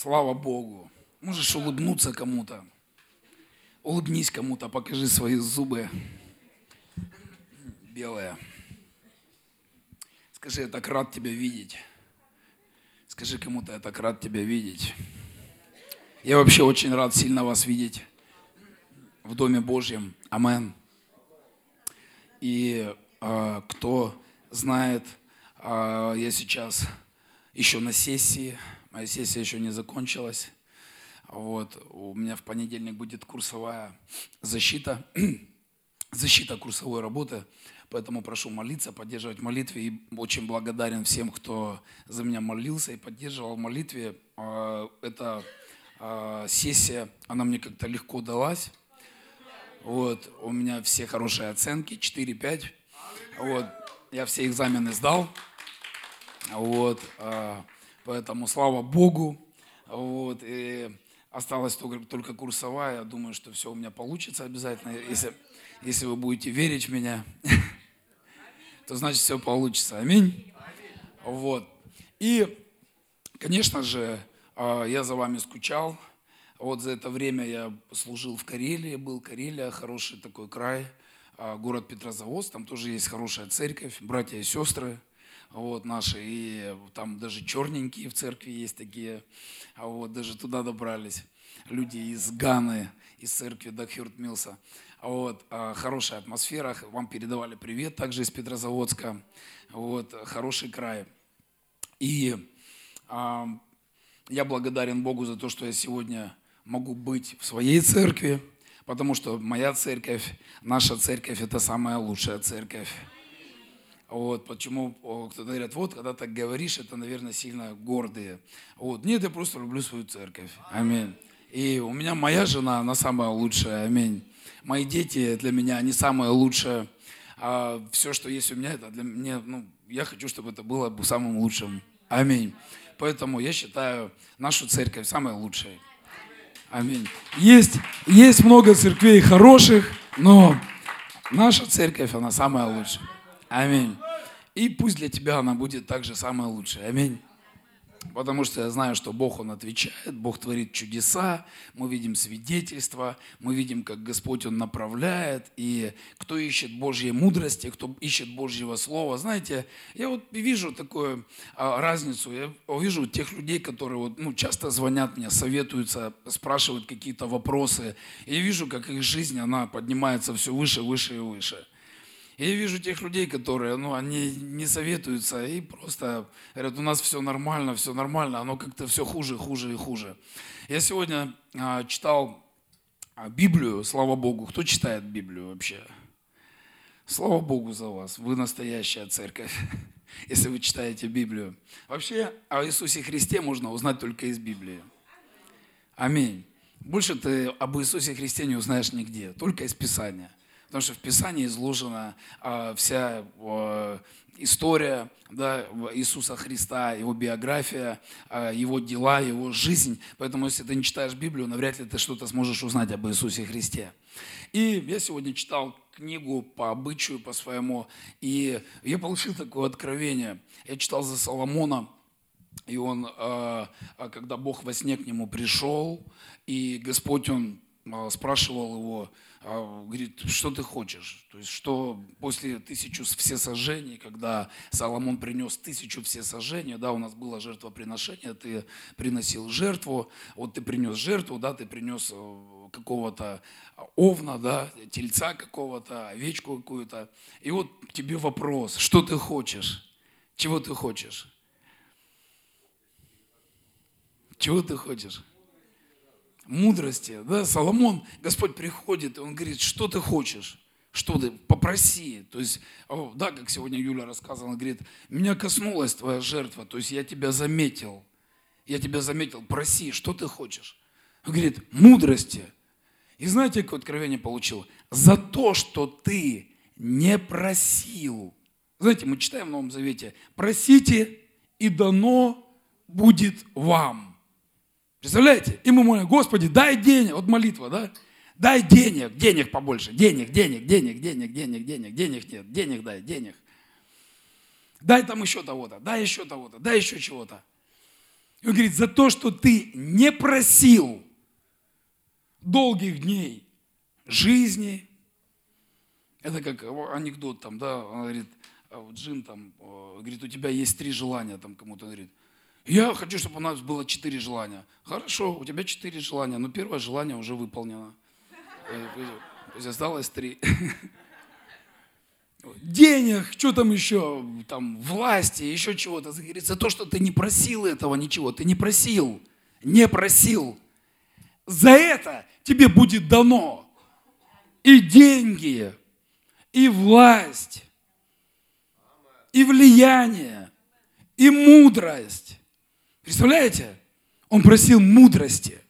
Слава Богу. Можешь улыбнуться кому-то. Улыбнись кому-то, покажи свои зубы белые. Скажи, я так рад тебя видеть. Скажи кому-то, я так рад тебя видеть. Я вообще очень рад сильно вас видеть в Доме Божьем. Амен. И кто знает, я сейчас еще на сессии. Моя сессия еще не закончилась. Вот, у меня в понедельник будет курсовая защита, защита курсовой работы, поэтому прошу молиться, поддерживать в молитве. И очень благодарен всем, кто за меня молился и поддерживал в молитве. Эта сессия, она мне как-то легко далась. Вот, у меня все хорошие оценки, 4-5. Вот, я все экзамены сдал. Вот, поэтому слава Богу. Вот, и осталась только курсовая. Я думаю, что все у меня получится обязательно. Если вы будете верить в меня, то значит все получится. Аминь. Вот. И, конечно же, я за вами скучал. Вот за это время я служил в Карелии, был Карелия, хороший такой край, город Петрозаводск, там тоже есть хорошая церковь, братья и сестры вот, наши, и там даже черненькие в церкви есть такие, вот, даже туда добрались люди из Ганы, из церкви Дакхюрт Милса. Вот, хорошая атмосфера, вам передавали привет также из Петрозаводска, вот, хороший край. И я благодарен Богу за то, что я сегодня могу быть в своей церкви, потому что моя церковь, наша церковь – это самая лучшая церковь. Вот, почему кто-то говорит, вот, когда так говоришь, это, наверное, сильно гордые. Вот, нет, я просто люблю свою церковь. Аминь. И у меня моя жена, она самая лучшая. Аминь. Мои дети для меня, они самые лучшие. А все, что есть у меня, это для меня, я хочу, чтобы это было самым лучшим. Аминь. Поэтому я считаю нашу церковь самой лучшей. Аминь. Есть много церквей хороших, но наша церковь, она самая лучшая. Аминь. И пусть для тебя она будет также самая лучшая. Аминь. Потому что я знаю, что Бог, Он отвечает, Бог творит чудеса, мы видим свидетельства, мы видим, как Господь, Он направляет, и кто ищет Божьей мудрости, кто ищет Божьего Слова. Знаете, я вот вижу такую разницу, я вижу тех людей, которые часто звонят мне, советуются, спрашивают какие-то вопросы, и я вижу, как их жизнь, она поднимается все выше, выше и выше. Я вижу тех людей, которые, они не советуются и просто говорят, у нас все нормально, оно как-то все хуже, хуже и хуже. Я сегодня читал Библию, слава Богу. Кто читает Библию вообще? Слава Богу за вас, вы настоящая церковь, если вы читаете Библию. Вообще о Иисусе Христе можно узнать только из Библии. Аминь. Больше ты об Иисусе Христе не узнаешь нигде, только из Писания. Потому что в Писании изложена вся история Иисуса Христа, Его биография, Его дела, Его жизнь. Поэтому, если ты не читаешь Библию, навряд ли ты что-то сможешь узнать об Иисусе Христе. И я сегодня читал книгу по обычаю, по своему, и я получил такое откровение. Я читал за Соломона, и он, когда Бог во сне к нему пришел, и Господь, Он спрашивал его, говорит, что ты хочешь? То есть, что после 1000 всесожжений, когда Соломон принес 1000 всесожжений, у нас было жертвоприношение, ты приносил жертву, вот ты принес жертву, ты принес какого-то овна, тельца какого-то, овечку какую-то. И вот тебе вопрос, что ты хочешь? Чего ты хочешь? Чего ты хочешь? Мудрости, Соломон, Господь приходит, и он говорит, что ты хочешь, что ты, попроси. То есть, как сегодня Юля рассказывала, она говорит, меня коснулась твоя жертва, то есть я тебя заметил, проси, что ты хочешь. Он говорит, мудрости. И знаете, какое откровение получил? За то, что ты не просил. Знаете, мы читаем в Новом Завете, просите, и дано будет вам. Представляете? И мы молим, Господи, дай денег. Вот молитва, Дай денег побольше. Денег нет, денег дай. Дай там еще того-то, дай еще чего-то. И он говорит, за то, что ты не просил долгих дней жизни. Это как анекдот там, да, он говорит, Джин там, говорит, у тебя есть 3 желания, там кому-то говорит. Я хочу, чтобы у нас было 4 желания. Хорошо, у тебя 4 желания, но первое желание уже выполнено. То есть осталось 3. Денег, что там еще, там, власти, еще чего-то. Говорит, за то, что ты не просил этого ничего, ты не просил. За это тебе будет дано и деньги, и власть, и влияние, и мудрость. Представляете? Он просил мудрости.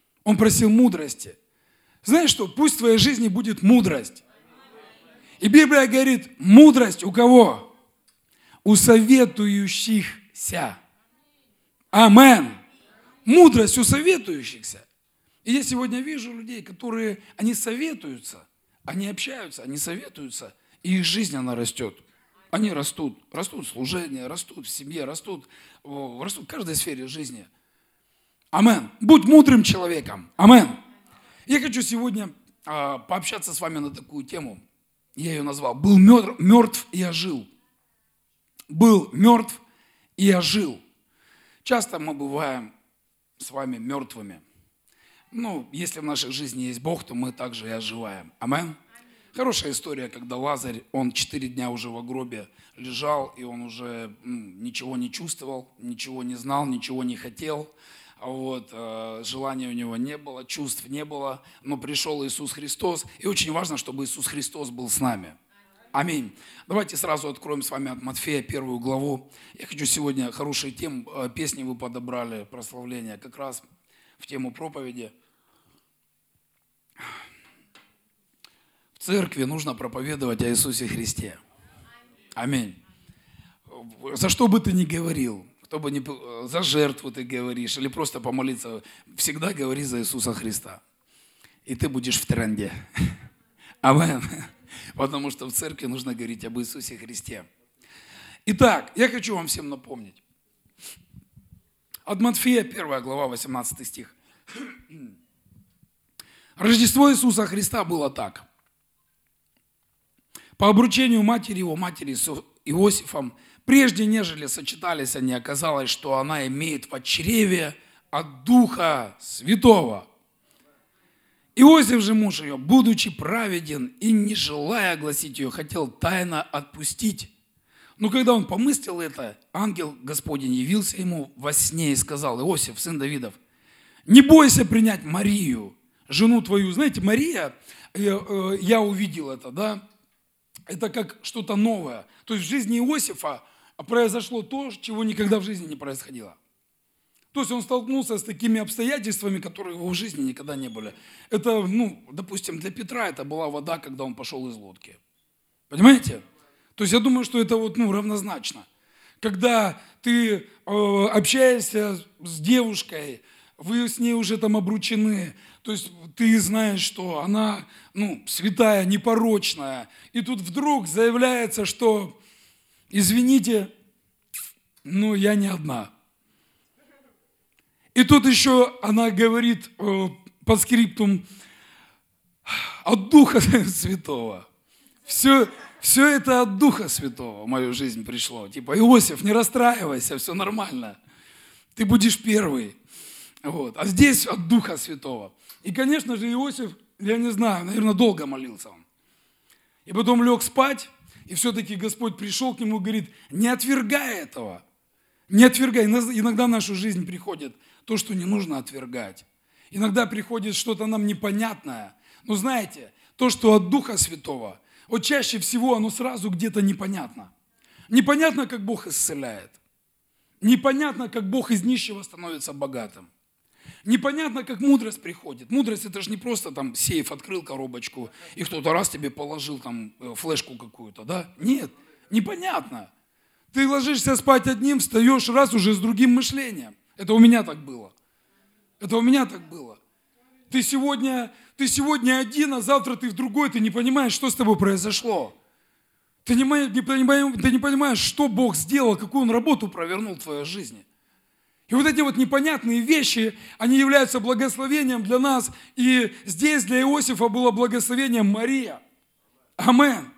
Знаешь что? Пусть в твоей жизни будет мудрость. И Библия говорит, мудрость у кого? У советующихся. Амен. Мудрость у советующихся. И я сегодня вижу людей, которые, они советуются, они общаются, они советуются, и их жизнь, она растет. Они растут в служении, растут в семье, растут в каждой сфере жизни. Амен. Будь мудрым человеком. Амен. Я хочу сегодня пообщаться с вами на такую тему. Я ее назвал «Был мертв и ожил». Был мертв и ожил. Часто мы бываем с вами мертвыми. Если в нашей жизни есть Бог, то мы также и оживаем. Амен. Хорошая история, когда Лазарь, он 4 дня уже в гробе лежал, и он уже ничего не чувствовал, ничего не знал, ничего не хотел. Желания у него не было, чувств не было, но пришел Иисус Христос. И очень важно, чтобы Иисус Христос был с нами. Аминь. Давайте сразу откроем с вами от Матфея 1 главу. Я хочу сегодня хорошие темы, песни вы подобрали, прославления, как раз в тему проповеди. В церкви нужно проповедовать о Иисусе Христе. Аминь. За что бы ты ни говорил, за жертву ты говоришь или просто помолиться, всегда говори за Иисуса Христа. И ты будешь в тренде. Амен. Потому что в церкви нужно говорить об Иисусе Христе. Итак, я хочу вам всем напомнить. От Матфея 1 глава, 18 стих. Рождество Иисуса Христа было так. По обручению матери его, матери с Иосифом, прежде нежели сочетались они, оказалось, что она имеет в чреве от Духа Святого. Иосиф же, муж ее, будучи праведен и не желая огласить ее, хотел тайно отпустить. Но когда он помыслил это, ангел Господень явился ему во сне и сказал: Иосиф, сын Давидов, не бойся принять Марию, жену твою. Знаете, Мария, я увидел это, да, это как что-то новое. То есть в жизни Иосифа произошло то, чего никогда в жизни не происходило. То есть он столкнулся с такими обстоятельствами, которые его в жизни никогда не были. Это, допустим, для Петра это была вода, когда он пошел из лодки. Понимаете? То есть я думаю, что это равнозначно. Когда ты общаешься с девушкой, вы с ней уже там обручены, то есть ты знаешь, что она святая, непорочная, и тут вдруг заявляется, что, извините, я не одна. И тут еще она говорит под скриптум от Духа Святого. Все это от Духа Святого в мою жизнь пришло. Типа, Иосиф, не расстраивайся, все нормально. Ты будешь первый. А здесь от Духа Святого. И, конечно же, Иосиф, я не знаю, наверное, долго молился он. И потом лег спать, и все-таки Господь пришел к нему и говорит: не отвергай этого. Не отвергай. Иногда в нашу жизнь приходит то, что не нужно отвергать. Иногда приходит что-то нам непонятное. Но знаете, то, что от Духа Святого, чаще всего оно сразу где-то непонятно. Непонятно, как Бог исцеляет. Непонятно, как Бог из нищего становится богатым. Непонятно, как мудрость приходит. Мудрость — это же не просто там сейф открыл, коробочку, и кто-то раз тебе положил там флешку какую-то, да? Нет, непонятно. Ты ложишься спать одним, встаешь раз уже с другим мышлением. Это у меня так было. Ты сегодня один, а завтра ты в другой, ты не понимаешь, что с тобой произошло. Ты не понимаешь, что Бог сделал, какую Он работу провернул в твоей жизни. И вот эти вот непонятные вещи, они являются благословением для нас. И здесь для Иосифа было благословением Мария. Амен.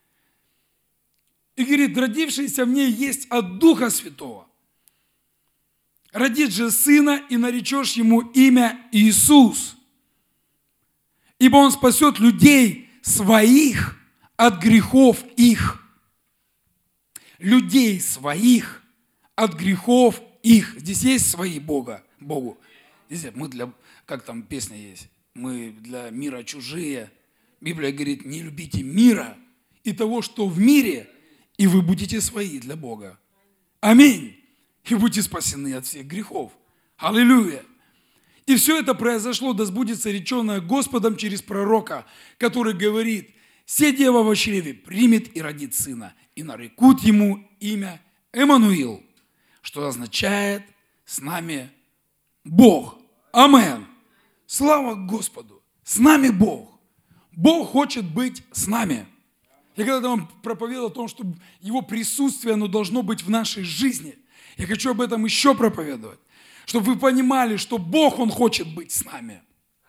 И говорит, родившийся в ней есть от Духа Святого. Родит же сына, и наречешь ему имя Иисус. Ибо он спасет людей своих от грехов их. Людей своих от грехов их. Здесь есть свои Богу. Здесь мы для, как там песня есть, мы для мира чужие. Библия говорит, не любите мира и того, что в мире, и вы будете свои для Бога. Аминь. И будете спасены от всех грехов. Аллилуйя. И все это произошло, да сбудется реченное Господом через пророка, который говорит, «Се дева во чреве примет и родит сына, и нарекут ему имя Эммануил», что означает «с нами Бог». Амен. Слава Господу. С нами Бог. Бог хочет быть с нами. Я когда-то вам проповедовал о том, что Его присутствие, оно должно быть в нашей жизни. Я хочу об этом еще проповедовать. Чтобы вы понимали, что Бог, Он хочет быть с нами.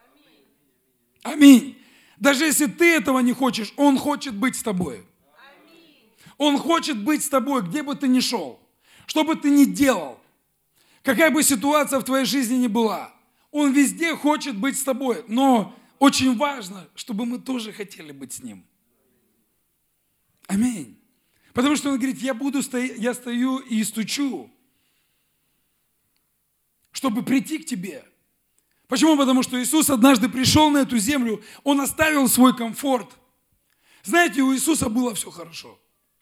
Аминь. Даже если ты этого не хочешь, Он хочет быть с тобой. Он хочет быть с тобой, где бы ты ни шел, что бы ты ни делал, какая бы ситуация в твоей жизни ни была. Он везде хочет быть с тобой, но очень важно, чтобы мы тоже хотели быть с Ним. Аминь. Потому что Он говорит, я стою и стучу, чтобы прийти к тебе. Почему? Потому что Иисус однажды пришел на эту землю, Он оставил свой комфорт. Знаете, у Иисуса было все хорошо.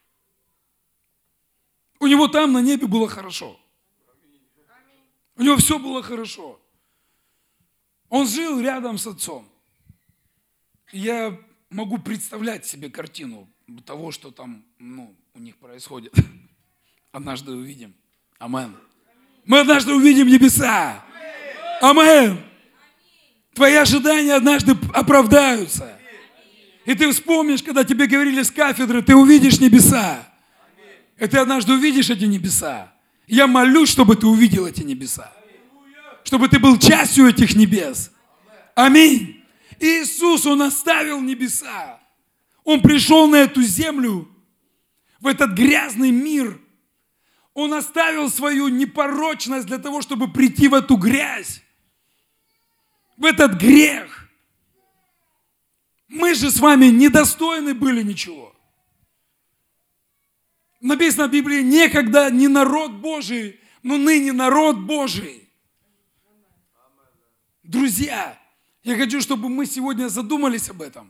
У Него там на небе было хорошо. У Него все было хорошо. Он жил рядом с Отцом. И я могу представлять себе картину того, что там у них происходит. Однажды увидим. Амен. Мы однажды увидим небеса. Амен. Твои ожидания однажды оправдаются. И ты вспомнишь, когда тебе говорили с кафедры, ты увидишь небеса. И ты однажды увидишь эти небеса. Я молюсь, чтобы ты увидел эти небеса. Чтобы ты был частью этих небес. Аминь. Иисус, Он оставил небеса. Он пришел на эту землю, в этот грязный мир. Он оставил свою непорочность для того, чтобы прийти в эту грязь, в этот грех. Мы же с вами недостойны были ничего. Написано в Библии, некогда не народ Божий, но ныне народ Божий. Друзья, я хочу, чтобы мы сегодня задумались об этом.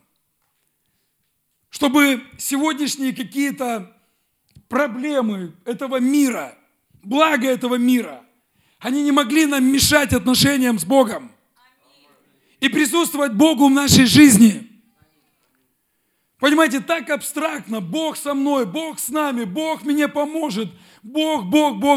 Чтобы сегодняшние какие-то проблемы этого мира, благо этого мира, они не могли нам мешать отношениям с Богом и присутствовать Богу в нашей жизни. Понимаете, так абстрактно. Бог со мной, Бог с нами, Бог мне поможет. Бог.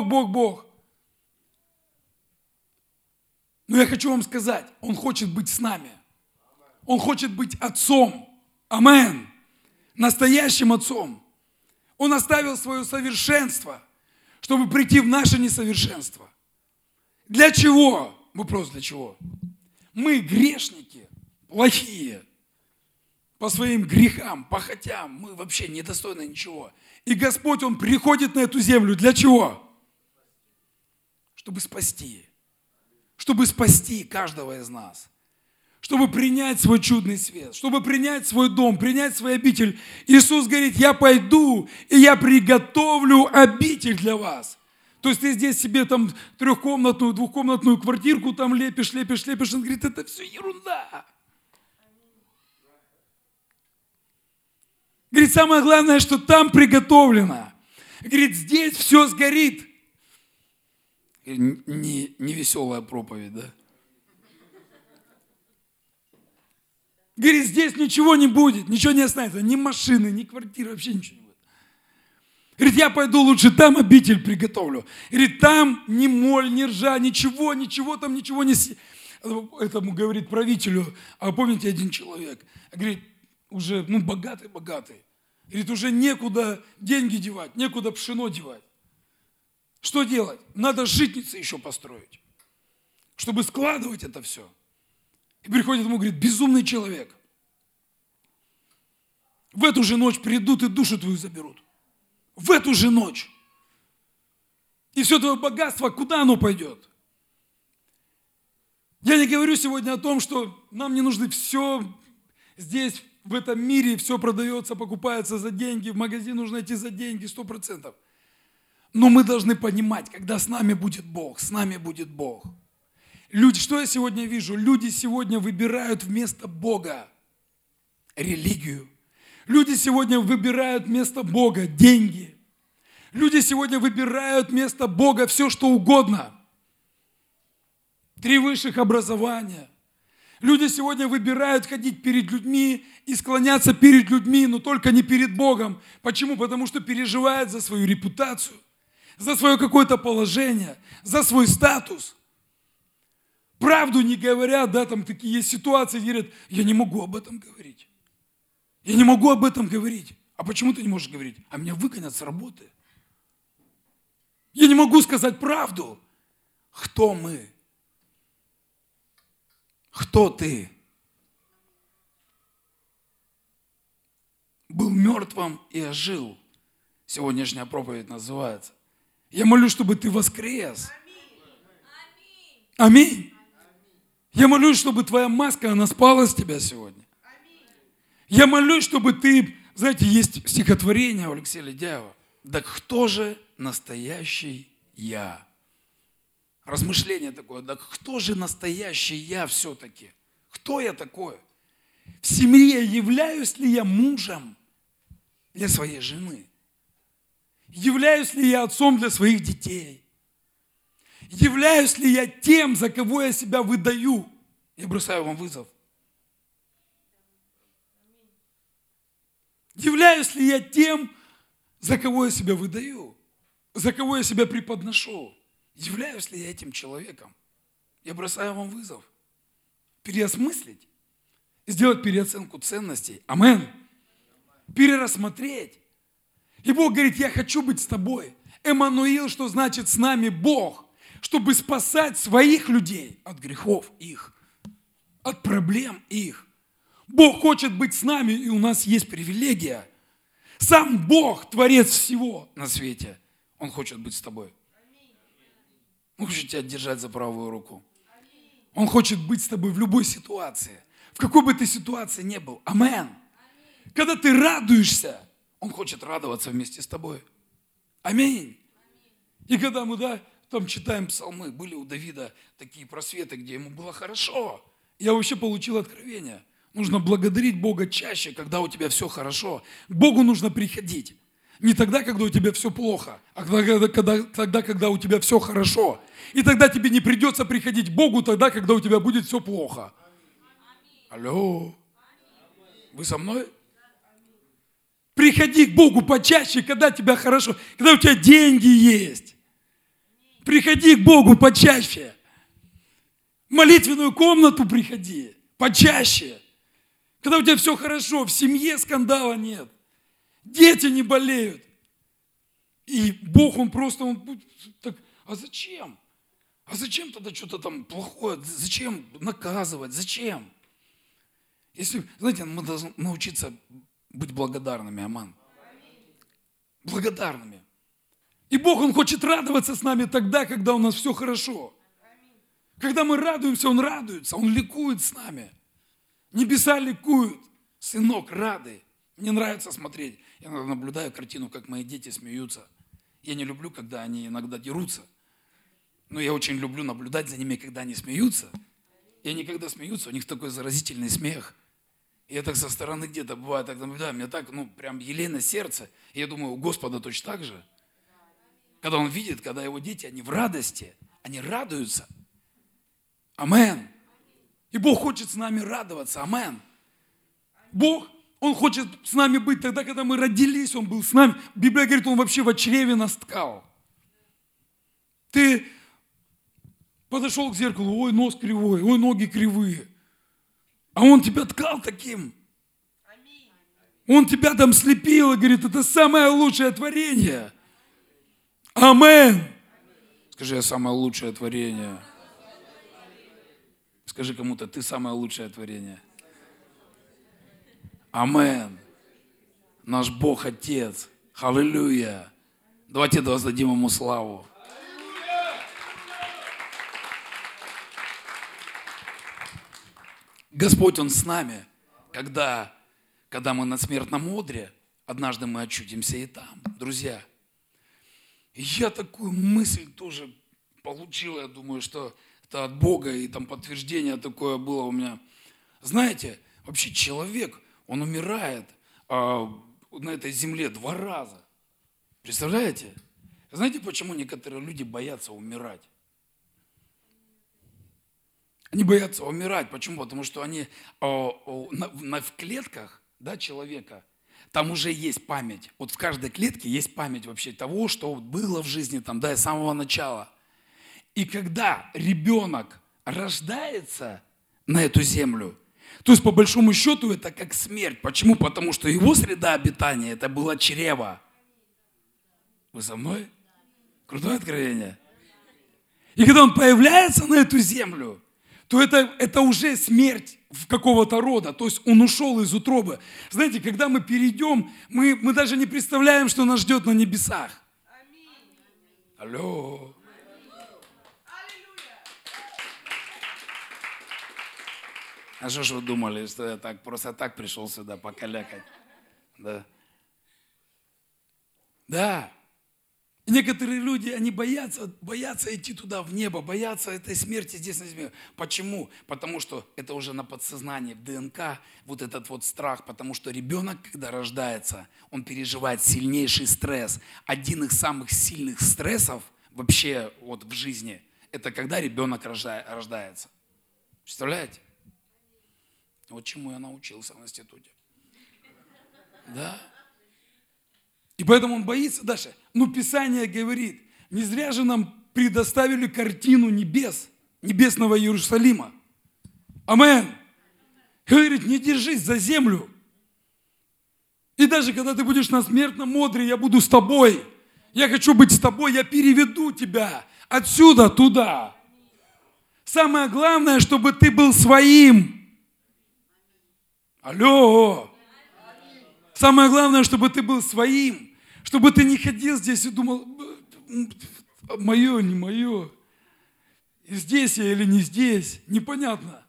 Но я хочу вам сказать, Он хочет быть с нами. Он хочет быть Отцом. Амен. Настоящим Отцом. Он оставил свое совершенство, чтобы прийти в наше несовершенство. Для чего? Вопрос для чего? Мы грешники, плохие, по своим грехам, похотям, мы вообще недостойны ничего. И Господь, Он приходит на эту землю. Для чего? Чтобы спасти. Чтобы спасти каждого из нас. Чтобы принять свой чудный свет, чтобы принять свой дом, принять свой обитель. Иисус говорит, я пойду, и я приготовлю обитель для вас. То есть ты здесь себе там 3-комнатную, 2-комнатную квартирку там лепишь. Он говорит, это все ерунда. Говорит, самое главное, что там приготовлено. Говорит, здесь все сгорит. Не веселая проповедь, да? Говорит, здесь ничего не будет, ничего не останется, ни машины, ни квартиры, вообще ничего не будет. Говорит, я пойду лучше там обитель приготовлю. Говорит, там ни моль, ни ржа, ничего не... Этому говорит правителю, а помните один человек, говорит, уже, богатый. Говорит, уже некуда деньги девать, некуда пшено девать. Что делать? Надо житницы еще построить, чтобы складывать это все. И приходит ему, говорит, безумный человек. В эту же ночь придут и душу твою заберут. В эту же ночь. И все твое богатство, куда оно пойдет? Я не говорю сегодня о том, что нам не нужно все здесь, в этом мире, все продается, покупается за деньги, в магазин нужно идти за деньги, 100%. Но мы должны понимать, когда с нами будет Бог, с нами будет Бог. Люди, что я сегодня вижу? Люди сегодня выбирают вместо Бога религию. Люди сегодня выбирают вместо Бога деньги. Люди сегодня выбирают вместо Бога все, что угодно. 3 высших образования. Люди сегодня выбирают ходить перед людьми и склоняться перед людьми, но только не перед Богом. Почему? Потому что переживают за свою репутацию, за свое какое-то положение, за свой статус. Правду не говорят, да, там такие есть ситуации, где говорят, я не могу об этом говорить. Я не могу об этом говорить. А почему ты не можешь говорить? А меня выгонят с работы. Я не могу сказать правду. Кто мы? Кто ты? Был мертвым и ожил. Сегодняшняя проповедь называется. Я молюсь, чтобы ты воскрес. Аминь. Я молюсь, чтобы твоя маска, она спала с тебя сегодня. Я молюсь, чтобы ты, знаете, есть стихотворение у Алексея Ледяева. Да кто же настоящий я? Размышление такое, да кто же настоящий я все-таки? Кто я такой? В семье являюсь ли я мужем для своей жены? Являюсь ли я отцом для своих детей? Являюсь ли я тем, за кого я себя выдаю? Я бросаю вам вызов. Являюсь ли я тем, за кого я себя выдаю? За кого я себя преподношу? Являюсь ли я этим человеком? Я бросаю вам вызов. Переосмыслить. Сделать переоценку ценностей. Амен. Перерассмотреть. И Бог говорит, я хочу быть с тобой. Эммануил, что значит с нами Бог, чтобы спасать своих людей от грехов их, от проблем их. Бог хочет быть с нами, и у нас есть привилегия. Сам Бог, Творец всего на свете, Он хочет быть с тобой. Он хочет тебя держать за правую руку. Он хочет быть с тобой в любой ситуации. В какой бы ты ситуации ни был. Амен. Когда ты радуешься, Он хочет радоваться вместе с тобой. Аминь. И когда мы, там читаем псалмы, были у Давида такие просветы, где ему было хорошо. Я вообще получил откровение. Нужно благодарить Бога чаще, когда у тебя все хорошо. К Богу нужно приходить. Не тогда, когда у тебя все плохо, а тогда, когда у тебя все хорошо. И тогда тебе не придется приходить к Богу тогда, когда у тебя будет все плохо. Алло. Вы со мной? Приходи к Богу почаще, когда тебя хорошо, когда у тебя деньги есть. Приходи к Богу почаще. В молитвенную комнату приходи почаще. Когда у тебя все хорошо, в семье скандала нет. Дети не болеют. И Бог, Он так, а зачем? А зачем тогда что-то там плохое? Зачем наказывать? Зачем? Если, знаете, мы должны научиться быть благодарными, аман. Благодарными. И Бог, Он хочет радоваться с нами тогда, когда у нас все хорошо. Когда мы радуемся, Он радуется, Он ликует с нами. Небеса ликуют. Сынок, рады. Мне нравится смотреть. Я наблюдаю картину, как мои дети смеются. Я не люблю, когда они иногда дерутся. Но я очень люблю наблюдать за ними, когда они смеются. И они когда смеются, у них такой заразительный смех. И я так со стороны где-то бывает так наблюдаю, мне так, прям елейно сердце. И я думаю, у Господа точно так же. Когда Он видит, когда Его дети, они в радости, они радуются. Амен. И Бог хочет с нами радоваться. Амен. Бог, Он хочет с нами быть тогда, когда мы родились, Он был с нами. Библия говорит, Он вообще в чреве нас ткал. Ты подошел к зеркалу, ой, нос кривой, ой, ноги кривые. А Он тебя ткал таким. Он тебя там слепил и говорит, это самое лучшее творение. Амен. Скажи, я самое лучшее творение. Скажи кому-то, ты самое лучшее творение. Амен. Наш Бог Отец. Аллилуйя. Давайте воздадим Ему славу. Господь, Он с нами, когда мы на смертном одре, однажды мы очутимся и там. Друзья, я такую мысль тоже получил, я думаю, что это от Бога, и там подтверждение такое было у меня. Знаете, вообще человек, он умирает на этой земле 2 раза. Представляете? Знаете, почему некоторые люди боятся умирать? Они боятся умирать. Почему? Потому что они в клетках, да, человека, там уже есть память. Вот в каждой клетке есть память вообще того, что было в жизни там, да, с самого начала. И когда ребенок рождается на эту землю, то есть по большому счету это как смерть. Почему? Потому что его среда обитания это было чрево. Вы со мной? Крутое откровение. И когда он появляется на эту землю, то это уже смерть в какого-то рода. То есть он ушел из утробы. Знаете, когда мы перейдем, мы даже не представляем, что нас ждет на небесах. Алло. А что ж вы думали, что я так просто так пришел сюда покалякать? Да. Да. И некоторые люди, они боятся идти туда, в небо, боятся этой смерти здесь на земле. Почему? Потому что это уже на подсознании, в ДНК, вот этот вот страх. Потому что ребенок, когда рождается, он переживает сильнейший стресс. Один из самых сильных стрессов вообще вот в жизни, это когда ребенок рождается. Представляете? Вот чему я научился в институте. Да. И поэтому он боится дальше. Но Писание говорит, не зря же нам предоставили картину небес, небесного Иерусалима. Амен. Говорит, не держись за землю. И даже когда ты будешь на смертном одре, я буду с тобой. Я хочу быть с тобой, я переведу тебя отсюда туда. Самое главное, чтобы ты был своим. Алло. Самое главное, чтобы ты был своим. Чтобы ты не ходил здесь и думал, мое, не мое. Здесь я или не здесь. Непонятно.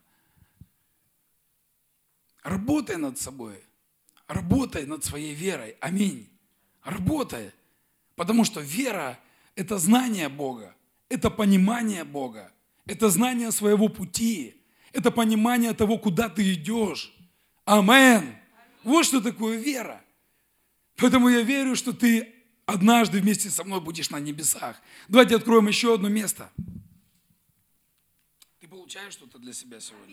Работай над собой. Работай над своей верой. Аминь. Работай. Потому что вера – это знание Бога. Это понимание Бога. Это знание своего пути. Это понимание того, куда ты идешь. Амен. Вот что такое вера. Поэтому я верю, что ты однажды вместе со мной будешь на небесах. Давайте откроем еще одно место. Ты получаешь что-то для себя сегодня?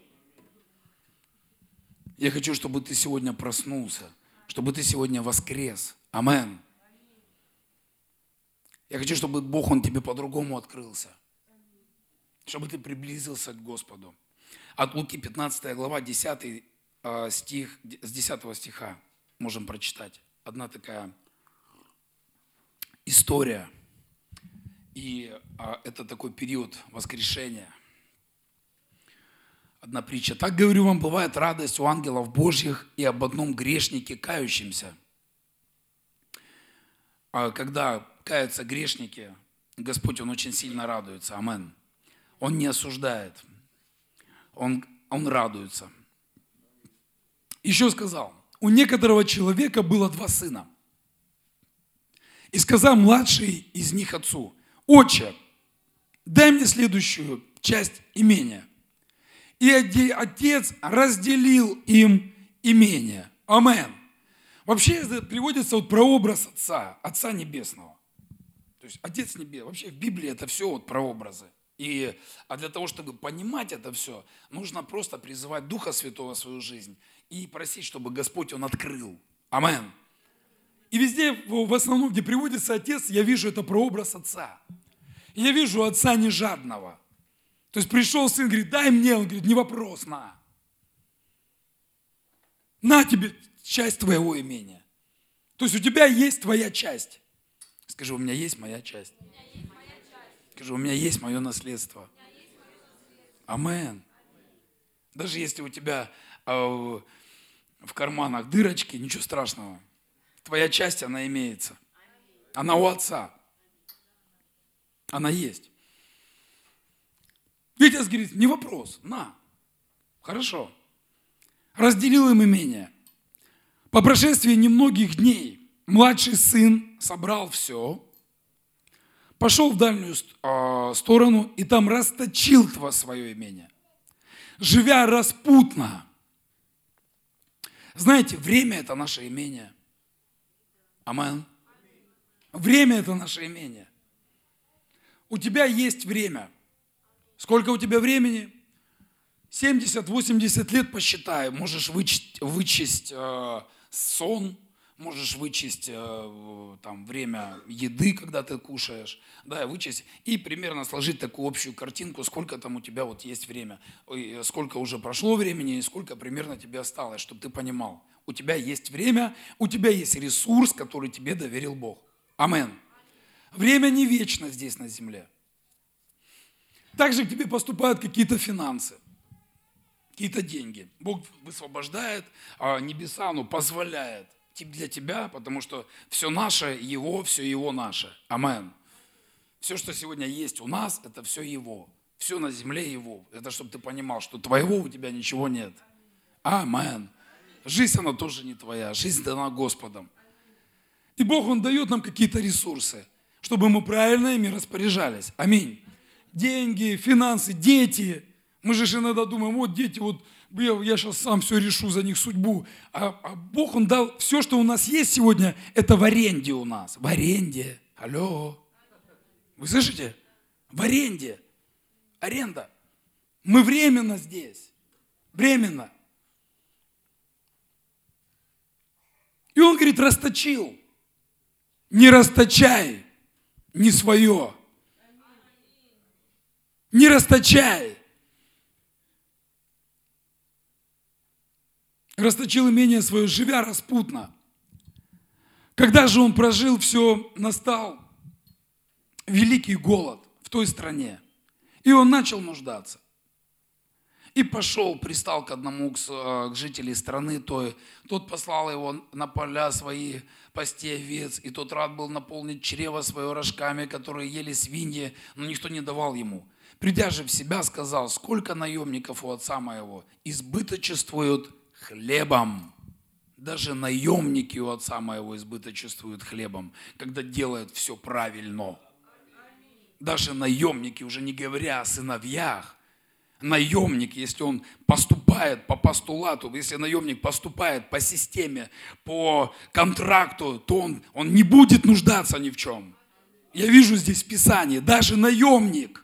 Я хочу, чтобы ты сегодня проснулся, чтобы ты сегодня воскрес. Амен. Я хочу, чтобы Бог, Он тебе по-другому открылся. Чтобы ты приблизился к Господу. От Луки 15 глава, 10 стих, с 10 стиха можем прочитать. Одна такая история. И это такой период воскрешения. Одна притча. Так, говорю вам, бывает радость у ангелов Божьих и об одном грешнике кающемся. А когда каются грешники, Господь, Он очень сильно радуется. Амен. Он не осуждает. Он радуется. Еще сказал, у некоторого человека было 2 сына. И сказал младший из них отцу, отче, дай мне следующую часть имения. И отец разделил им имение. Амен. Вообще это приводится вот прообраз Отца Небесного. То есть Отец Небесный. Вообще в Библии это все вот прообразы. А для того, чтобы понимать это все, нужно просто призывать Духа Святого в свою жизнь и просить, чтобы Господь Он открыл. Амен. И везде, в основном, где приводится Отец, я вижу это прообраз Отца. И я вижу Отца не жадного. То есть пришел сын, говорит, дай мне. Он говорит, не вопрос, на. На тебе часть твоего имения. То есть у тебя есть твоя часть. Скажи, у меня есть моя часть. Скажи, у меня есть мое наследство. Амен. Даже если у тебя в карманах дырочки, ничего страшного. Твоя часть, она имеется. Она у Отца. Она есть. Витязь говорит, не вопрос, на. Хорошо. Разделил им имение. По прошествии немногих дней младший сын собрал все, пошел в дальнюю сторону и там расточил свое имение, живя распутно. Знаете, время – это наше имение. Амен. Время – это наше имение. У тебя есть время. Сколько у тебя времени? 70-80 лет посчитай. Можешь вычесть сон, можешь вычесть там, время еды, когда ты кушаешь, да, вычесть и примерно сложить такую общую картинку, сколько там у тебя вот есть время, сколько уже прошло времени и сколько примерно тебе осталось, чтобы ты понимал. У тебя есть время, у тебя есть ресурс, который тебе доверил Бог. Амен. Время не вечно здесь на земле. Также к тебе поступают какие-то финансы, какие-то деньги. Бог высвобождает, а небеса, позволяет для тебя, потому что все наше Его, все Его наше. Амен. Все, что сегодня есть у нас, это все Его. Все на земле Его. Это чтобы ты понимал, что твоего у тебя ничего нет. Амен. Жизнь, она тоже не твоя. Жизнь дана Господом. И Бог, Он дает нам какие-то ресурсы, чтобы мы правильно ими распоряжались. Аминь. Деньги, финансы, дети. Мы же иногда думаем, вот дети, вот я сейчас сам все решу за них судьбу. А Бог, Он дал все, что у нас есть сегодня, это в аренде у нас. В аренде. Алло. Вы слышите? В аренде. Аренда. Мы временно здесь. Временно. И Он говорит, расточил. Не расточай не свое. Не расточай. Расточил имение свое, живя распутно. Когда же он прожил все, настал великий голод в той стране. И он начал нуждаться. И пошел, пристал к одному к жителей страны той. Тот послал его на поля свои пасти овец, и тот рад был наполнить чрево свое рожками, которые ели свиньи, но никто не давал ему. Придя же в себя, сказал, сколько наемников у отца моего избыточествуют хлебом. Даже наемники у отца моего избыточествуют хлебом, когда делают все правильно. Даже наемники, уже не говоря о сыновьях, наемник, если он поступает по постулату, если наемник поступает по системе, по контракту, то он не будет нуждаться ни в чем. Я вижу здесь в Писании, даже наемник.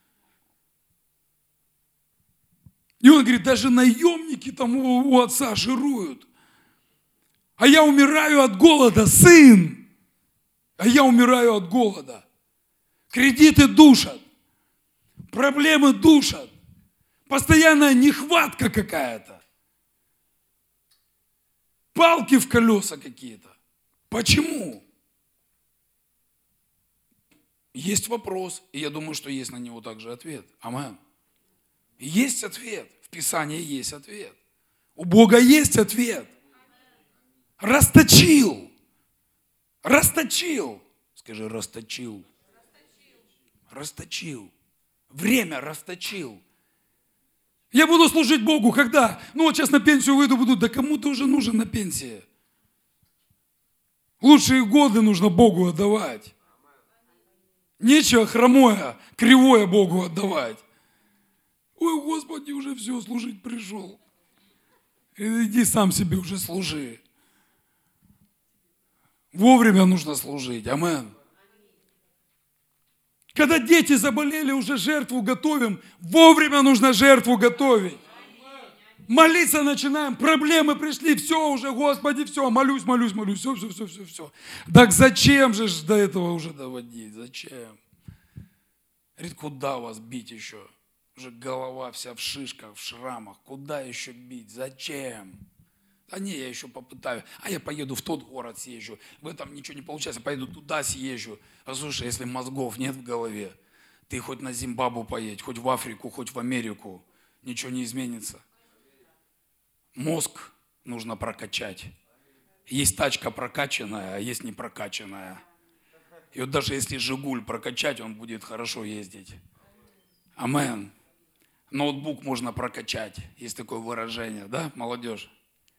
И он говорит, даже наемники там у отца жируют. А я умираю от голода, сын. А я умираю от голода. Кредиты душат. Проблемы душат. Постоянная нехватка какая-то. Палки в колеса какие-то. Почему? Есть вопрос, и я думаю, что есть на него также ответ. Амен. Есть ответ. В Писании есть ответ. У Бога есть ответ. Расточил. Расточил. Скажи, расточил. Расточил. Время расточил. Я буду служить Богу, когда? Вот сейчас на пенсию выйду, буду. Да кому ты уже нужен на пенсии? Лучшие годы нужно Богу отдавать. Нечего хромое, кривое Богу отдавать. Ой, Господи, уже все, служить пришел. Иди сам себе уже служи. Вовремя нужно служить. Амен. Когда дети заболели, уже жертву готовим. Вовремя нужно жертву готовить. Молиться начинаем, проблемы пришли, все уже, Господи, все, молюсь, все. Так зачем же до этого уже доводить? Зачем? Говорит, куда вас бить еще? Уже голова вся в шишках, в шрамах. Куда еще бить? Зачем? А не, я еще попытаю. А я поеду в тот город съезжу. В этом ничего не получается. Поеду туда съезжу. Послушай, если мозгов нет в голове, Ты хоть на Зимбабве поедь, хоть в Африку, хоть в Америку. Ничего не изменится. Мозг нужно прокачать. Есть тачка прокачанная, а есть не прокачанная. И вот даже если «Жигуль» прокачать, он будет хорошо ездить. Амен. Ноутбук можно прокачать. Есть такое выражение, да, молодежь?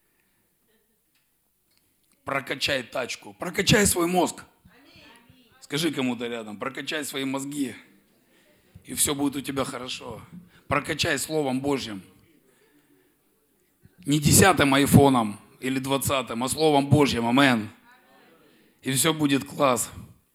Прокачай тачку. Прокачай свой мозг. Скажи кому-то рядом, прокачай свои мозги. И все будет у тебя хорошо. Прокачай Словом Божьим. Не 10-м айфоном или 20-м, а Словом Божьим. Амен. И все будет класс.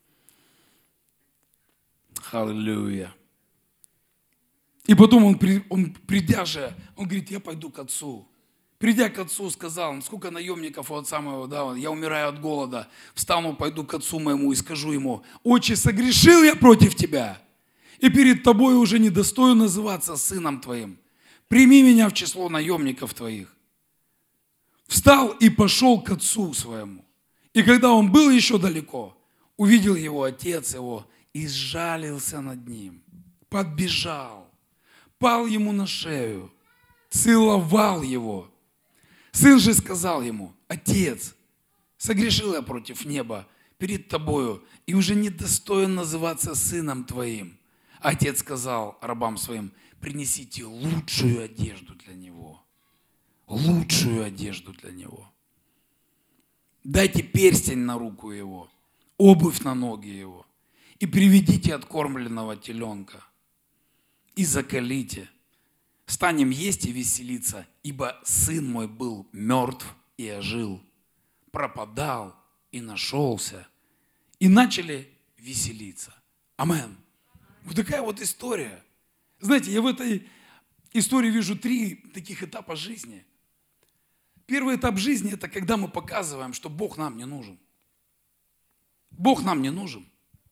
Аллилуйя. И потом он придя же, он говорит, я пойду к отцу. Придя к отцу, сказал, сколько наемников у отца моего, да, я умираю от голода, встану, пойду к отцу моему и скажу ему, отче, согрешил я против тебя, и перед тобой уже недостоин называться сыном твоим. Прими меня в число наемников твоих. Встал и пошел к отцу своему. И когда он был еще далеко, увидел его отец его и сжалился над ним, подбежал, пал ему на шею, целовал его. Сын же сказал ему, отец, согрешил я против неба перед тобою и уже недостоин называться сыном твоим. Отец сказал рабам своим, принесите лучшую одежду для него. Лучшую одежду для него. Дайте перстень на руку его, обувь на ноги его. И приведите откормленного теленка. И заколите. Станем есть и веселиться, ибо сын мой был мертв и ожил, пропадал и нашелся. И начали веселиться. Амен. Вот такая вот история. Знаете, я в этой истории вижу 3 таких этапа жизни. Первый этап жизни – это когда мы показываем, что Бог нам не нужен. Бог нам не нужен.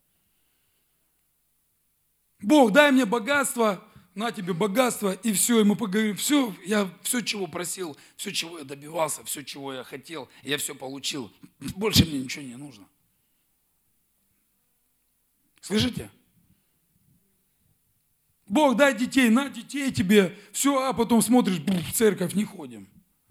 Бог, дай мне богатство, на тебе богатство, и все, и мы поговорим, все, я все, чего просил, все, чего я добивался, все, чего я хотел, я все получил. Больше мне ничего не нужно. Слышите? Бог, дай детей, на детей тебе, все, а потом смотришь, в церковь не ходим.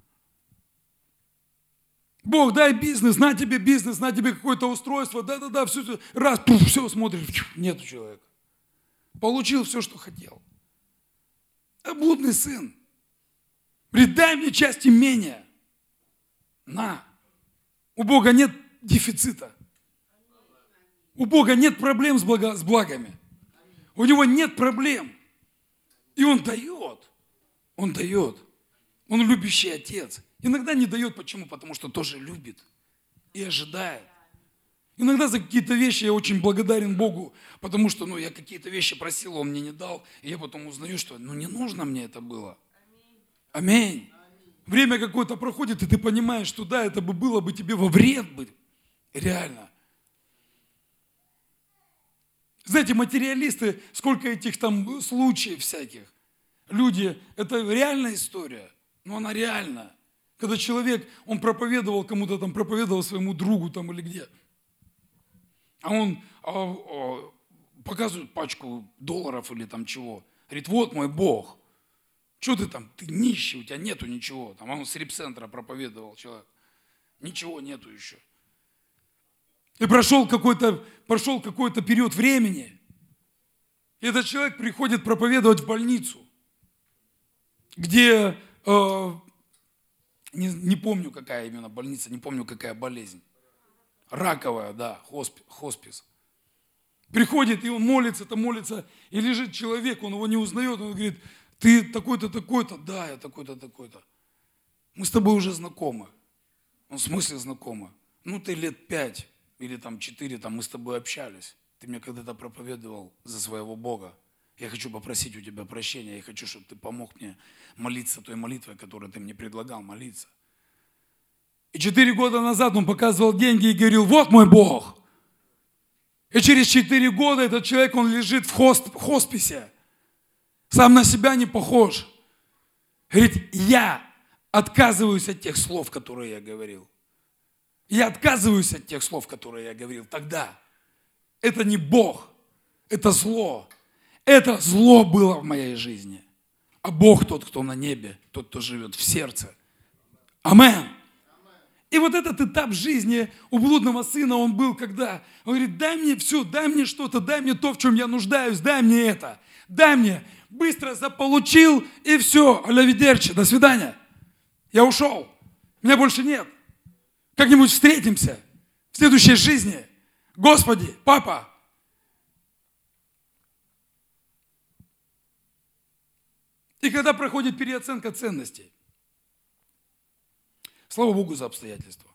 Бог, дай бизнес, на тебе какое-то устройство, да, все, раз, все, смотришь, нету человека. Получил все, что хотел. А блудный сын говорит, дай мне часть имения. На. У Бога нет дефицита. У Бога нет проблем с благами. У Него нет проблем. И Он дает. Он дает. Он любящий отец. Иногда не дает. Почему? Потому что тоже любит и ожидает. Иногда за какие-то вещи я очень благодарен Богу, потому что я какие-то вещи просил, Он мне не дал. И я потом узнаю, что не нужно мне это было. Аминь. Время какое-то проходит, и ты понимаешь, что да, это было бы тебе во вред бы. Реально. Знаете, материалисты, сколько этих там случаев всяких. Люди, это реальная история, но она реальная. Когда человек, он проповедовал кому-то там, проповедовал своему другу там или где. А он показывает пачку долларов или там чего. Говорит, вот мой Бог. Что ты там, ты нищий, у тебя нету ничего. Там он с репцентра проповедовал человек. Ничего нету еще. И прошел какой-то период времени. И этот человек приходит проповедовать в больницу, где, не помню какая именно больница, не помню какая болезнь. Раковая, да, хоспис. Приходит, и он молится, и лежит человек, он его не узнает, он говорит, ты такой-то, такой-то, да, я такой-то, такой-то. Мы с тобой уже знакомы. Он в смысле знакомы? Ты лет 5 или там 4, мы с тобой общались. Ты мне когда-то проповедовал за своего Бога. Я хочу попросить у тебя прощения, я хочу, чтобы ты помог мне молиться той молитвой, которую ты мне предлагал молиться. И 4 года назад он показывал деньги и говорил, вот мой Бог. И через 4 года этот человек, он лежит в хосписе. Сам на себя не похож. Говорит, я отказываюсь от тех слов, которые я говорил. Я отказываюсь от тех слов, которые я говорил тогда. Это не Бог, это зло. Это зло было в моей жизни. А Бог тот, кто на небе, тот, кто живет в сердце. Амен. И вот этот этап жизни у блудного сына, он был когда? Он говорит, дай мне все, дай мне что-то, дай мне то, в чем я нуждаюсь, дай мне это. Дай мне. Быстро заполучил, и все. Аля-видерчи, до свидания. Я ушел. Меня больше нет. Как-нибудь встретимся в следующей жизни. Господи, папа. И когда проходит переоценка ценностей, слава Богу за обстоятельства.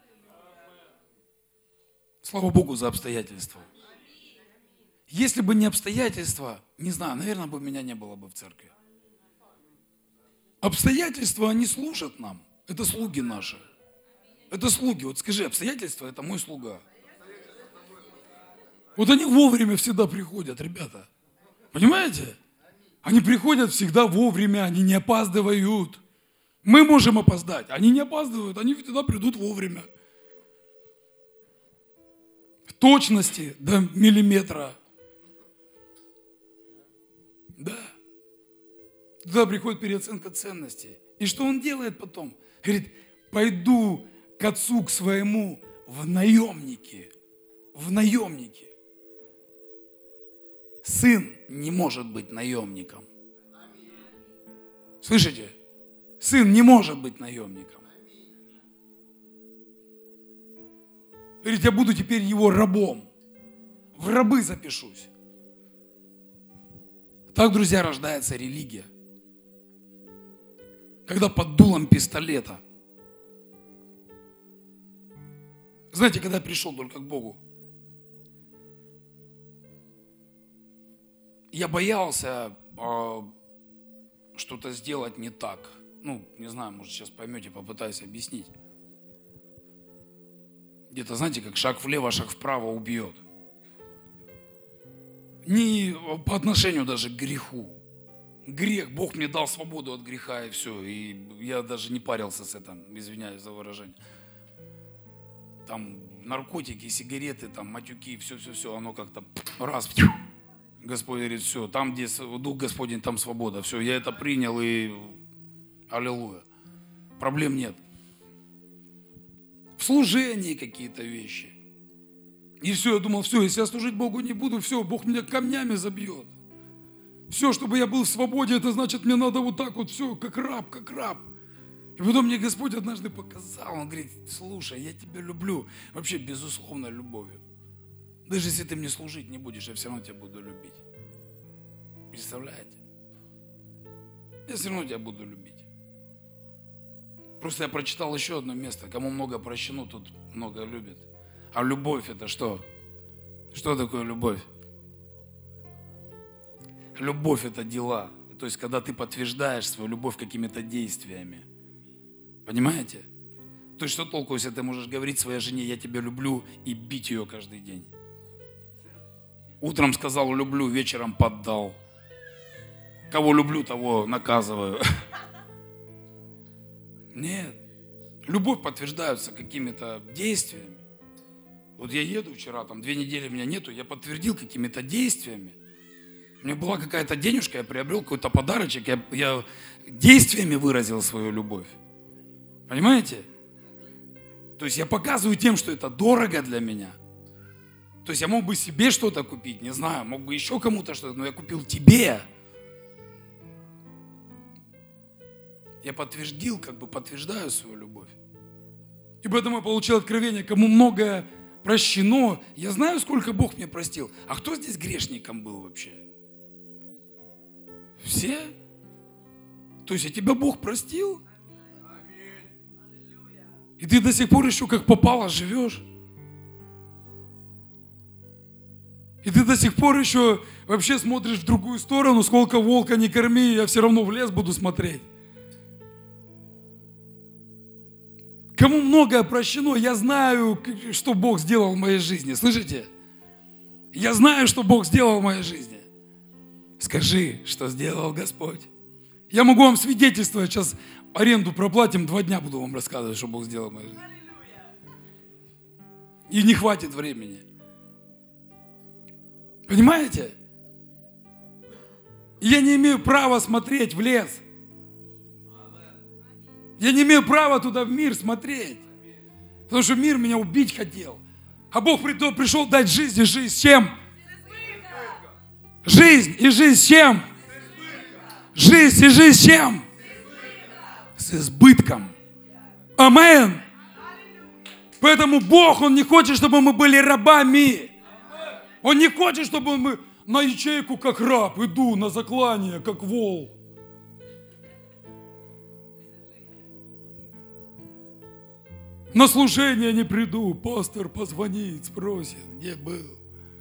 Слава Богу за обстоятельства. Если бы не обстоятельства, не знаю, наверное, бы меня не было бы в церкви. Обстоятельства, они служат нам. Это слуги наши. Это слуги. Вот скажи, обстоятельства – это мой слуга. Вот они вовремя всегда приходят, ребята. Понимаете? Они приходят всегда вовремя, они не опаздывают. Мы можем опоздать, они не опаздывают, они всегда придут вовремя. В точности до миллиметра. Да. Туда приходит переоценка ценностей. И что он делает потом? Говорит, пойду к отцу, к своему, в наемники. В наемники. Сын не может быть наемником. Слышите? Сын не может быть наемником. Говорит, я буду теперь его рабом. В рабы запишусь. Так, друзья, рождается религия. Когда под дулом пистолета. Знаете, когда я пришел только к Богу, я боялся что-то сделать не так. Ну, не знаю, может, сейчас поймете, попытаюсь объяснить. Где-то, знаете, как шаг влево, шаг вправо убьет. Не по отношению даже к греху. Грех, Бог мне дал свободу от греха, и все. И я даже не парился с этим, извиняюсь за выражение. Там наркотики, сигареты, там матюки, все, оно как-то раз, Господь говорит, все, там, где Дух Господень, там свобода. Все, я это принял, и аллилуйя. Проблем нет. В служении какие-то вещи. И все, я думал, все, если я служить Богу не буду, все, Бог меня камнями забьет. Все, чтобы я был в свободе, это значит, мне надо вот так вот, все, как раб, как раб. И потом мне Господь однажды показал, Он говорит, слушай, я тебя люблю, вообще безусловно любовью. Даже если ты мне служить не будешь, я все равно тебя буду любить. Представляете? Я все равно тебя буду любить. Просто я прочитал еще одно место. Кому много прощено, тут много любит. А любовь это что? Что такое любовь? Любовь это дела. То есть, когда ты подтверждаешь свою любовь какими-то действиями. Понимаете? То есть, что толку, если ты можешь говорить своей жене, я тебя люблю, и бить ее каждый день? Утром сказал люблю, вечером поддал. Кого люблю, того наказываю. Нет. Любовь подтверждается какими-то действиями. Вот я еду вчера, там 2 недели меня нету, я подтвердил какими-то действиями. У меня была какая-то денежка, я приобрел какой-то подарочек, я действиями выразил свою любовь. Понимаете? То есть я показываю тем, что это дорого для меня. То есть я мог бы себе что-то купить, не знаю, мог бы еще кому-то что-то, но я купил тебе. Я подтвердил, подтверждаю свою любовь. И поэтому я получил откровение, кому многое прощено. Я знаю, сколько Бог мне простил. А кто здесь грешником был вообще? Все? То есть, тебя Бог простил? И ты до сих пор еще как попало живешь? И ты до сих пор еще вообще смотришь в другую сторону, сколько волка не корми, я все равно в лес буду смотреть. Кому многое прощено, я знаю, что Бог сделал в моей жизни. Слышите? Я знаю, что Бог сделал в моей жизни. Скажи, что сделал Господь. Я могу вам свидетельствовать, сейчас аренду проплатим, 2 дня буду вам рассказывать, что Бог сделал в моей жизни. И не хватит времени. Понимаете? Я не имею права смотреть в лес. Я не имею права туда в мир смотреть. Потому что мир меня убить хотел. А Бог пришел дать жизнь, и жизнь с чем? Жизнь и жизнь с чем? Жизнь и жизнь с чем? С избытком. Амин. Поэтому Бог, Он не хочет, чтобы мы были рабами. Он не хочет, чтобы мы на ячейку как раб иду, на заклание как вол. На служение не приду, пастор позвонит, спросит, где был.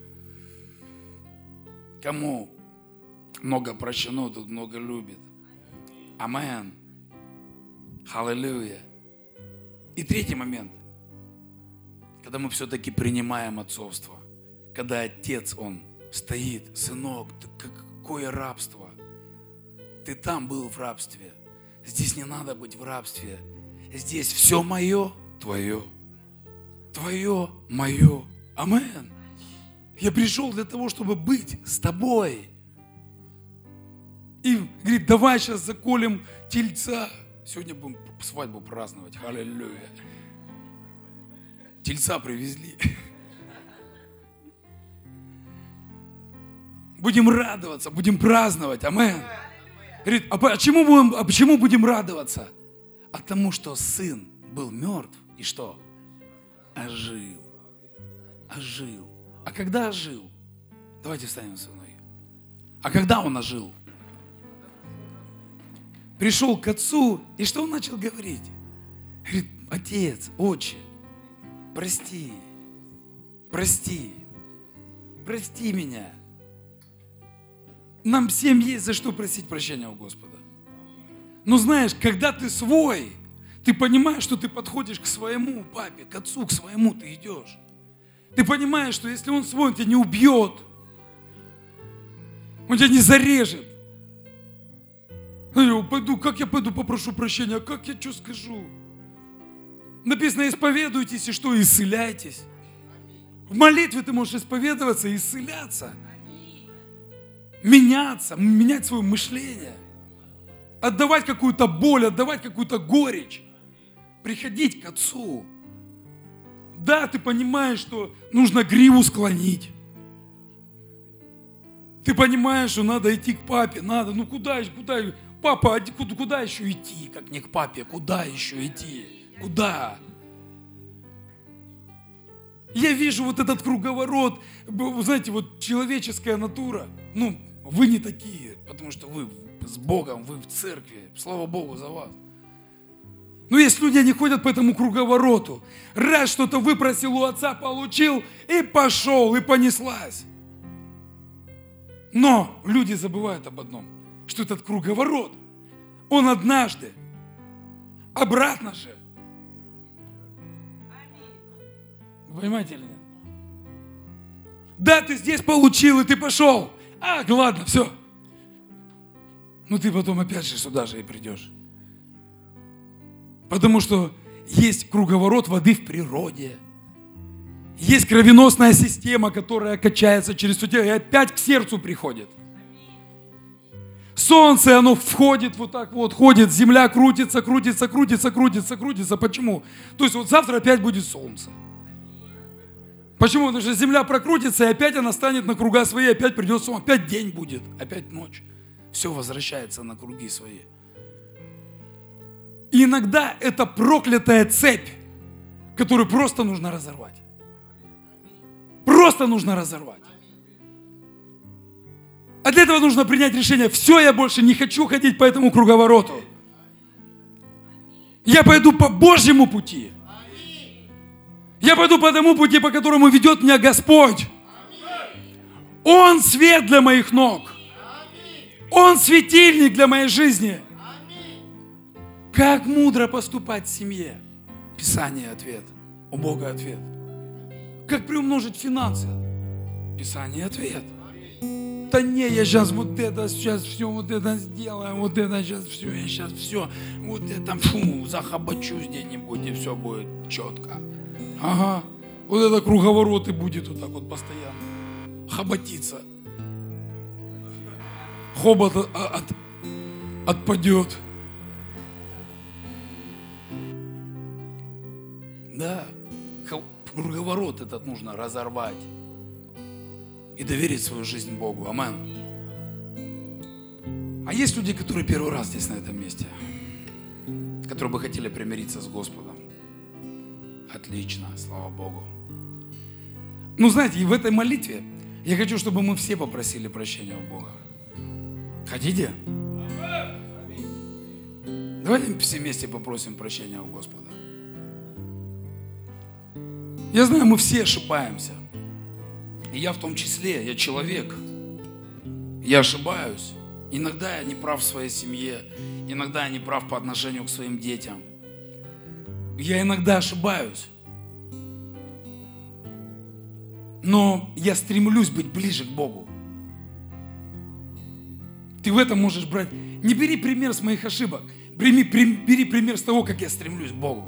Кому много прощено, тут много любит. Амен. Аллилуйя. И третий момент. Когда мы все-таки принимаем отцовство. Когда отец, он стоит, сынок, какое рабство. Ты там был в рабстве. Здесь не надо быть в рабстве. Здесь все мое, твое. Твое, мое. Амен. Я пришел для того, чтобы быть с тобой. И говорит, давай сейчас заколем тельца. Сегодня будем свадьбу праздновать. Аллилуйя. Тельца привезли. Будем радоваться, будем праздновать. Амен. Говорит, а почему будем радоваться? А тому, что сын был мертв и что? Ожил. Ожил. А когда ожил? Давайте встанем со мной. А когда он ожил? Пришел к отцу, и что он начал говорить? Говорит, отец, отче, прости, прости, прости меня. Нам всем есть за что просить прощения у Господа. Но знаешь, когда ты свой, ты понимаешь, что ты подходишь к своему папе, к отцу, к своему ты идешь. Ты понимаешь, что если он свой, он тебя не убьет. Он тебя не зарежет. Как я пойду попрошу прощения, а как я что скажу? Написано, исповедуйтесь и что, исцеляйтесь. В молитве ты можешь исповедоваться и исцеляться. Меняться, менять свое мышление. Отдавать какую-то боль, отдавать какую-то горечь. Приходить к Отцу. Да, ты понимаешь, что нужно гриву склонить. Ты понимаешь, что надо идти к папе, надо, куда, папа, куда еще идти, как не к папе, куда еще идти, куда? Я вижу вот этот круговорот, вы знаете, вот человеческая натура, вы не такие, потому что вы с Богом, вы в церкви, слава Богу за вас. Но есть люди, они ходят по этому круговороту. Раз что-то выпросил у отца, получил, и пошел, и понеслась. Но люди забывают об одном, что этот круговорот, он однажды, обратно же. Вы понимаете или нет? Да, ты здесь получил, и ты пошел. Ладно, все. Но ты потом опять же сюда же и придешь. Потому что есть круговорот воды в природе. Есть кровеносная система, которая качается через все тело и опять к сердцу приходит. Солнце, оно входит вот так вот, ходит, земля крутится, крутится, крутится, крутится, крутится. Почему? То есть вот завтра опять будет солнце. Почему? Потому что земля прокрутится, и опять она станет на круга свои, опять придет солнце, опять день будет, опять ночь. Все возвращается на круги свои. И иногда это проклятая цепь, которую просто нужно разорвать. Просто нужно разорвать. А для этого нужно принять решение. Все, я больше не хочу ходить по этому круговороту. Я пойду по Божьему пути. Я пойду по тому пути, по которому ведет меня Господь. Он свет для моих ног. Он светильник для моей жизни. Как мудро поступать в семье? Писание ответ. У Бога ответ. Как приумножить финансы? Писание ответ. Да не, я сейчас вот это, сейчас все вот это сделаю, вот это сейчас все, я сейчас все, вот это, захобочусь где-нибудь, и все будет четко. Ага, вот это круговорот и будет вот так вот постоянно хоботиться. хобот отпадет. Да, круговорот этот нужно разорвать и доверить свою жизнь Богу. Амен. А есть люди, которые первый раз здесь, на этом месте, которые бы хотели примириться с Господом. Отлично, слава Богу. Ну, знаете, и в этой молитве я хочу, чтобы мы все попросили прощения у Бога. Хотите? Давайте все вместе попросим прощения у Господа. Я знаю, мы все ошибаемся. И я в том числе, я человек. Я ошибаюсь. Иногда я не прав в своей семье. Иногда я не прав по отношению к своим детям. Я иногда ошибаюсь. Но я стремлюсь быть ближе к Богу. Ты в этом можешь брать. Не бери пример с моих ошибок. Бери пример с того, как я стремлюсь к Богу.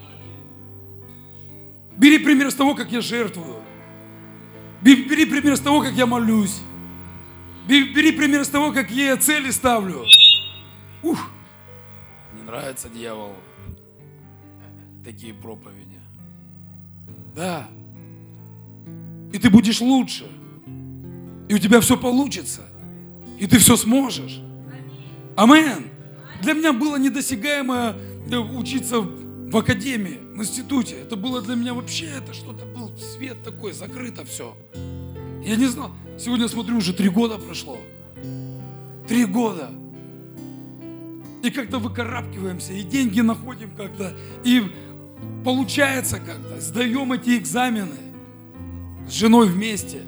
Бери пример с того, как я жертвую. Бери пример с того, как я молюсь. Бери пример с того, как я цели ставлю. Ух. Не нравится дьяволу такие проповеди. Да. И ты будешь лучше. И у тебя все получится. И ты все сможешь. Амен. Для меня было недосягаемо учиться в академии, в институте. Это было для меня вообще, это что-то был свет такой, закрыто все. Я не знал. Сегодня смотрю, уже 3 года прошло. 3 года. И как-то выкарабкиваемся, и деньги находим как-то, и получается как-то. Сдаем эти экзамены с женой вместе.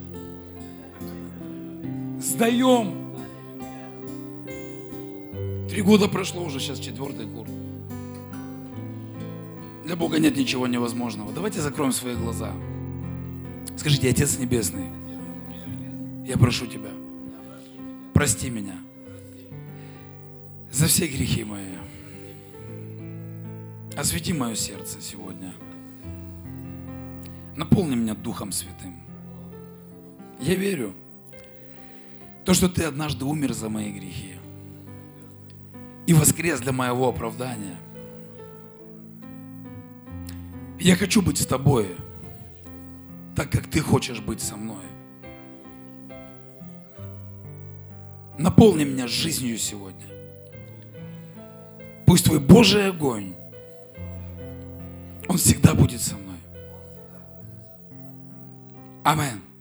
Сдаем. 3 года прошло уже, сейчас 4-й курс. Для Бога нет ничего невозможного. Давайте закроем свои глаза. Скажите: Отец Небесный, я прошу Тебя, прости меня за все грехи мои. Освети мое сердце сегодня. Наполни меня Духом Святым. Я верю, то, что Ты однажды умер за мои грехи и воскрес для моего оправдания. Я хочу быть с Тобой, так как Ты хочешь быть со мной. Наполни меня жизнью сегодня. Пусть Твой Божий огонь, Он всегда будет со мной. Амин.